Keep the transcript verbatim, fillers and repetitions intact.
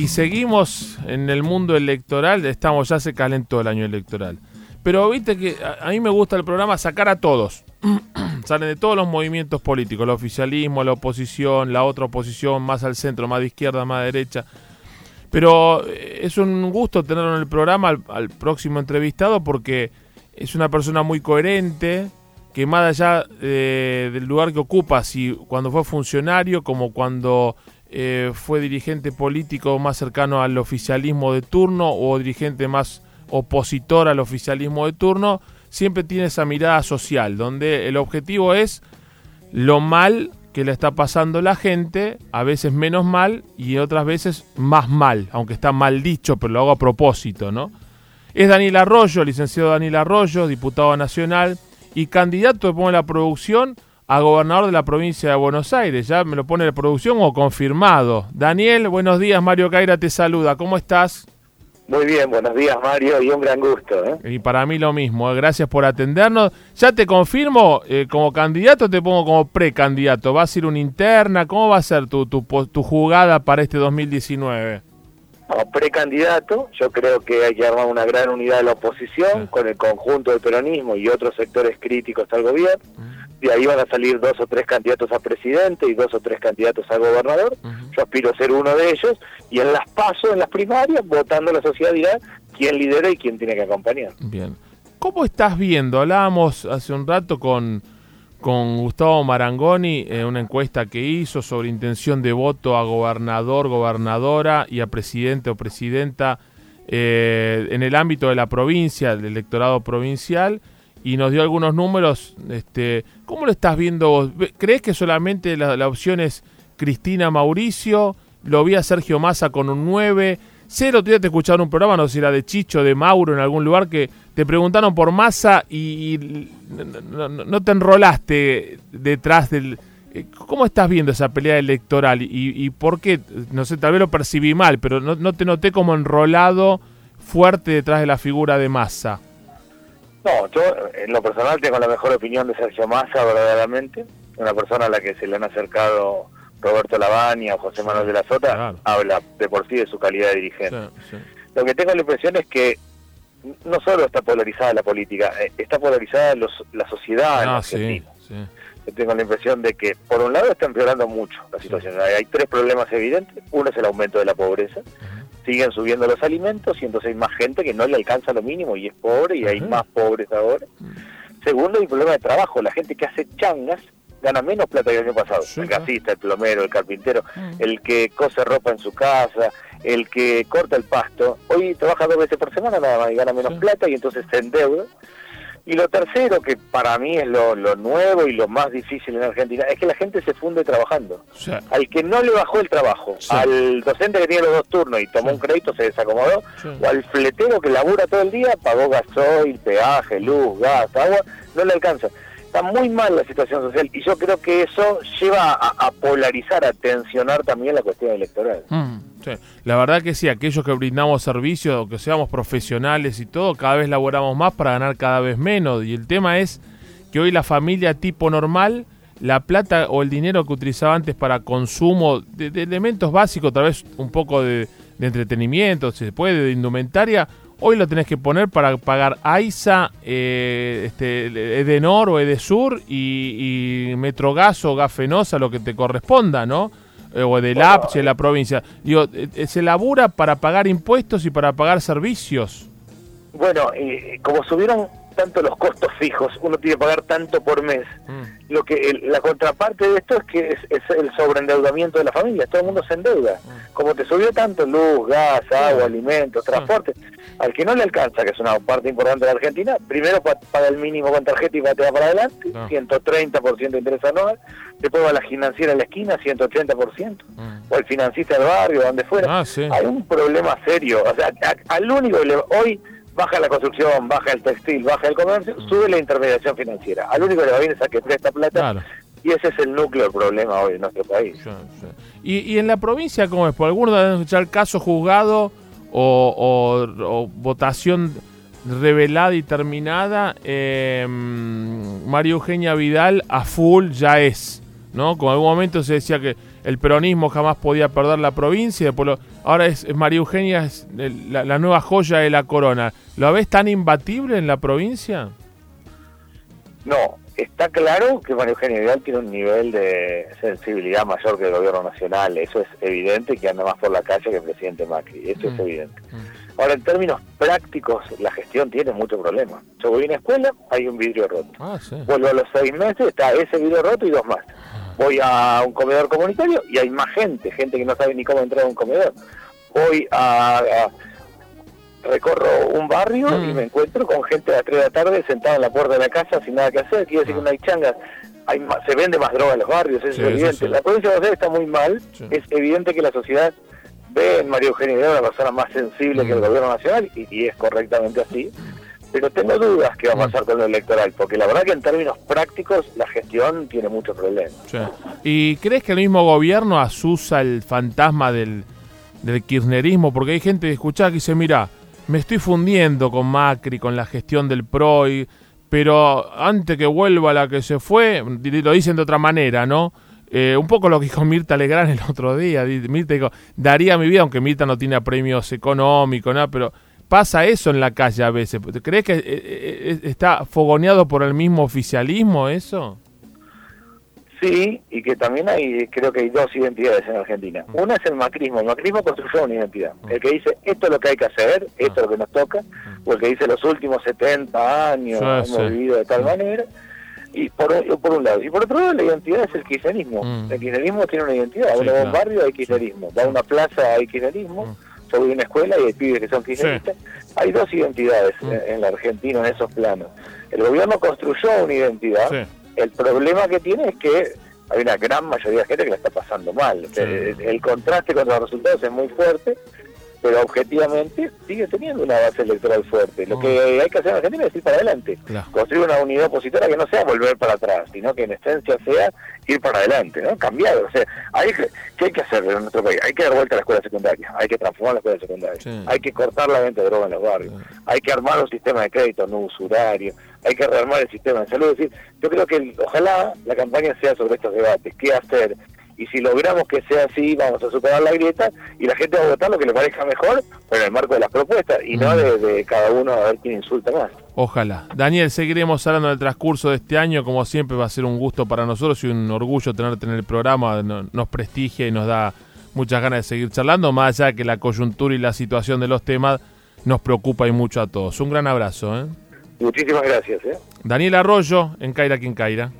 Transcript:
seguimos en el mundo electoral, estamos, ya se calentó el año electoral. Pero viste que a, a mí me gusta el programa sacar a todos. Salen de todos los movimientos políticos, el oficialismo, la oposición, la otra oposición, más al centro, más de izquierda, más de derecha. Pero es un gusto tenerlo en el programa al, al próximo entrevistado, porque es una persona muy coherente, que más allá eh, del lugar que ocupa, si cuando fue funcionario, como cuando eh, fue dirigente político más cercano al oficialismo de turno o dirigente más opositor al oficialismo de turno, siempre tiene esa mirada social, donde el objetivo es lo mal que le está pasando la gente, a veces menos mal y otras veces más mal, aunque está mal dicho, pero lo hago a propósito, ¿no? Es Daniel Arroyo, licenciado Daniel Arroyo, diputado nacional y candidato, después de la producción, a gobernador de la provincia de Buenos Aires. Ya me lo pone la producción o confirmado. Daniel, buenos días, Mario Caira te saluda, ¿cómo estás? Muy bien, buenos días, Mario, y un gran gusto, ¿eh? Y para mí lo mismo, ¿eh? Gracias por atendernos. Ya te confirmo, eh, como candidato te pongo como precandidato. ¿Va a ser una interna? ¿Cómo va a ser tu, tu, tu jugada para este dos mil diecinueve? Como precandidato, yo creo que hay que armar una gran unidad de la oposición, sí, con el conjunto del peronismo y otros sectores críticos al gobierno. Uh-huh. De ahí van a salir dos o tres candidatos a presidente y dos o tres candidatos a gobernador. Uh-huh. Yo aspiro a ser uno de ellos, y en las PASO, en las primarias, votando la sociedad dirá quién lidera y quién tiene que acompañar. Bien. ¿Cómo estás viendo? Hablábamos hace un rato con, con Gustavo Marangoni, en eh, una encuesta que hizo sobre intención de voto a gobernador, gobernadora y a presidente o presidenta eh, en el ámbito de la provincia, del electorado provincial, y nos dio algunos números. Este, ¿cómo lo estás viendo vos? ¿Crees que solamente la, la opción es Cristina Mauricio? Lo vi a Sergio Massa con un nueve. Cero, tú ya te escucharon un programa, no sé si era de Chicho, de Mauro, en algún lugar, que te preguntaron por Massa y, y no, no, no te enrolaste detrás del... ¿Cómo estás viendo esa pelea electoral? Y, y por qué, no sé, tal vez lo percibí mal, pero no, no te noté como enrolado fuerte detrás de la figura de Massa. No, yo en lo personal tengo la mejor opinión de Sergio Massa, verdaderamente. Una persona a la que se le han acercado Roberto Lavagna o José Manuel de la Sota, claro, habla de por sí de su calidad de dirigente. Sí, sí. Lo que tengo la impresión es que no solo está polarizada la política, está polarizada los, la sociedad ah, en Argentina. Sí, sí. Yo tengo la impresión de que, por un lado, está empeorando mucho la situación. Sí. Hay tres problemas evidentes. Uno es el aumento de la pobreza. Uh-huh. Siguen subiendo los alimentos y entonces hay más gente que no le alcanza lo mínimo y es pobre, y uh-huh. hay más pobres ahora. Uh-huh. Segundo, hay un problema de trabajo. La gente que hace changas gana menos plata que el año pasado. Sí, el gasista, el plomero, el carpintero, uh-huh. el que cose ropa en su casa, el que corta el pasto, hoy trabaja dos veces por semana nada más y gana menos sí. plata, y entonces se endeuda. Y lo tercero, que para mí es lo, lo nuevo y lo más difícil en Argentina, es que la gente se funde trabajando. Sí. Al que no le bajó el trabajo, sí. al docente que tiene los dos turnos y tomó sí. un crédito, se desacomodó, sí. o al fletero que labura todo el día, pagó gasoil, peaje, luz, gas, agua, no le alcanza. Está muy mal la situación social, y yo creo que eso lleva a, a polarizar, a tensionar también la cuestión electoral. Mm, sí. La verdad que sí, aquellos que brindamos servicios, que seamos profesionales y todo, cada vez laboramos más para ganar cada vez menos, y el tema es que hoy la familia tipo normal, la plata o el dinero que utilizaba antes para consumo de, de elementos básicos, tal vez un poco de, de entretenimiento, si se puede, de indumentaria, hoy lo tenés que poner para pagar AISA, eh, este, Edenor o Edesur y, y Metrogas o Gas Fenosa, lo que te corresponda, ¿no? Eh, o del A P C, bueno, la provincia. Digo, eh, se labura para pagar impuestos y para pagar servicios. Bueno, eh, como subieron tanto los costos fijos, uno tiene que pagar tanto por mes. Mm. Lo que el, la contraparte de esto es que es, es el sobreendeudamiento de la familia. Todo el mundo se endeuda. Mm. Como te subió tanto luz, gas, agua, mm. alimentos, transporte, mm. al que no le alcanza, que es una parte importante de la Argentina, primero paga el mínimo con tarjeta y te va para adelante, no. ciento treinta por ciento de interés anual, después va a la financiera en la esquina, ciento ochenta por ciento, mm. o el financista del barrio, donde fuera. Ah, sí. Hay un problema serio. O sea, a, al único que le, hoy baja la construcción, baja el textil, baja el comercio, mm. sube la intermediación financiera. Al único que le va bien es a que presta plata, claro. y ese es el núcleo del problema hoy en nuestro país. Sí, sí. ¿Y, y en la provincia cómo es? ¿Por alguno de ya el caso juzgado o, o, o votación revelada y terminada? Eh, María Eugenia Vidal a full ya es, ¿no? Como en algún momento se decía que el peronismo jamás podía perder la provincia, y después lo, Ahora es, es María Eugenia, es el, la, la nueva joya de la corona. ¿Lo ves tan imbatible en la provincia? No, está claro que María Eugenia Vidal tiene un nivel de sensibilidad mayor que el gobierno nacional. Eso es evidente, que anda más por la calle que el presidente Macri. Eso mm. es evidente. Mm. Ahora, en términos prácticos, la gestión tiene muchos problemas. Yo voy a una escuela, hay un vidrio roto. Ah, sí. Vuelvo a los seis meses, está ese vidrio roto y dos más. Voy a un comedor comunitario y hay más gente, gente que no sabe ni cómo entrar a un comedor. Voy a... a recorro un barrio mm. y me encuentro con gente a las tres de la tarde sentada en la puerta de la casa sin nada que hacer. Quiere decir ah. que no hay changas, hay más, se vende más droga en los barrios, eso sí, es evidente. Sí, sí. La provincia de Buenos Aires está muy mal, sí. Es evidente que la sociedad ve en María Eugenia Vidal una persona más sensible mm. que el gobierno nacional, y, y es correctamente así. Pero tengo dudas que va a pasar mm. con lo electoral, porque la verdad que en términos prácticos la gestión tiene muchos problemas. Sí. ¿Y crees que el mismo gobierno asusa el fantasma del, del kirchnerismo? Porque hay gente que escucha que dice, mira, me estoy fundiendo con Macri, con la gestión del P R O, y, pero antes que vuelva la que se fue, lo dicen de otra manera, ¿no? Eh, un poco lo que dijo Mirta Legrand el otro día. Mirta dijo, daría mi vida, aunque Mirta no tiene premios económicos, nada, pero pasa eso en la calle a veces. ¿Crees que eh, eh, está fogoneado por el mismo oficialismo eso? Sí, y que también hay, creo que hay dos identidades en Argentina. Una es el macrismo. El macrismo construyó una identidad. El que dice, esto es lo que hay que hacer, esto es lo que nos toca, o el que dice, los últimos setenta años hemos sí. vivido de tal manera, y por, por un lado. Y por otro lado, la identidad es el kirchnerismo. Mm. El kirchnerismo tiene una identidad. Sí, Uno va a un barrio, hay kirchnerismo. Va a una plaza, hay kirchnerismo. Mm. Yo voy a una escuela y hay pibes que son kirchneristas. Sí. Hay dos identidades mm. en, en la Argentina en esos planos. El gobierno construyó una identidad. Sí. El problema que tiene es que hay una gran mayoría de gente que la está pasando mal. Sí. El, el contraste con los resultados es muy fuerte, pero objetivamente sigue teniendo una base electoral fuerte. Lo oh. que hay que hacer en Argentina es ir para adelante. Claro. Construir una unidad opositora que no sea volver para atrás, sino que en esencia sea ir para adelante, ¿no? Cambiar. O sea, hay que, ¿qué hay que hacer en nuestro país? Hay que dar vuelta a la escuela secundaria, hay que transformar la escuela secundaria, sí. hay que cortar la venta de droga en los barrios, sí. hay que armar un sistema de crédito no usurario, hay que rearmar el sistema de salud. Es decir, yo creo que el, ojalá la campaña sea sobre estos debates, qué hacer, y si logramos que sea así, vamos a superar la grieta y la gente va a votar lo que le parezca mejor, pero en el marco de las propuestas, y mm. no de, de cada uno a ver quién insulta más. Ojalá. Daniel, seguiremos hablando en el transcurso de este año. Como siempre, va a ser un gusto para nosotros y un orgullo tenerte en el programa. Nos prestigia y nos da muchas ganas de seguir charlando, más allá de que la coyuntura y la situación de los temas nos preocupa y mucho a todos. Un gran abrazo, ¿eh? Muchísimas gracias, ¿eh? Daniel Arroyo, en Caira quien Caira.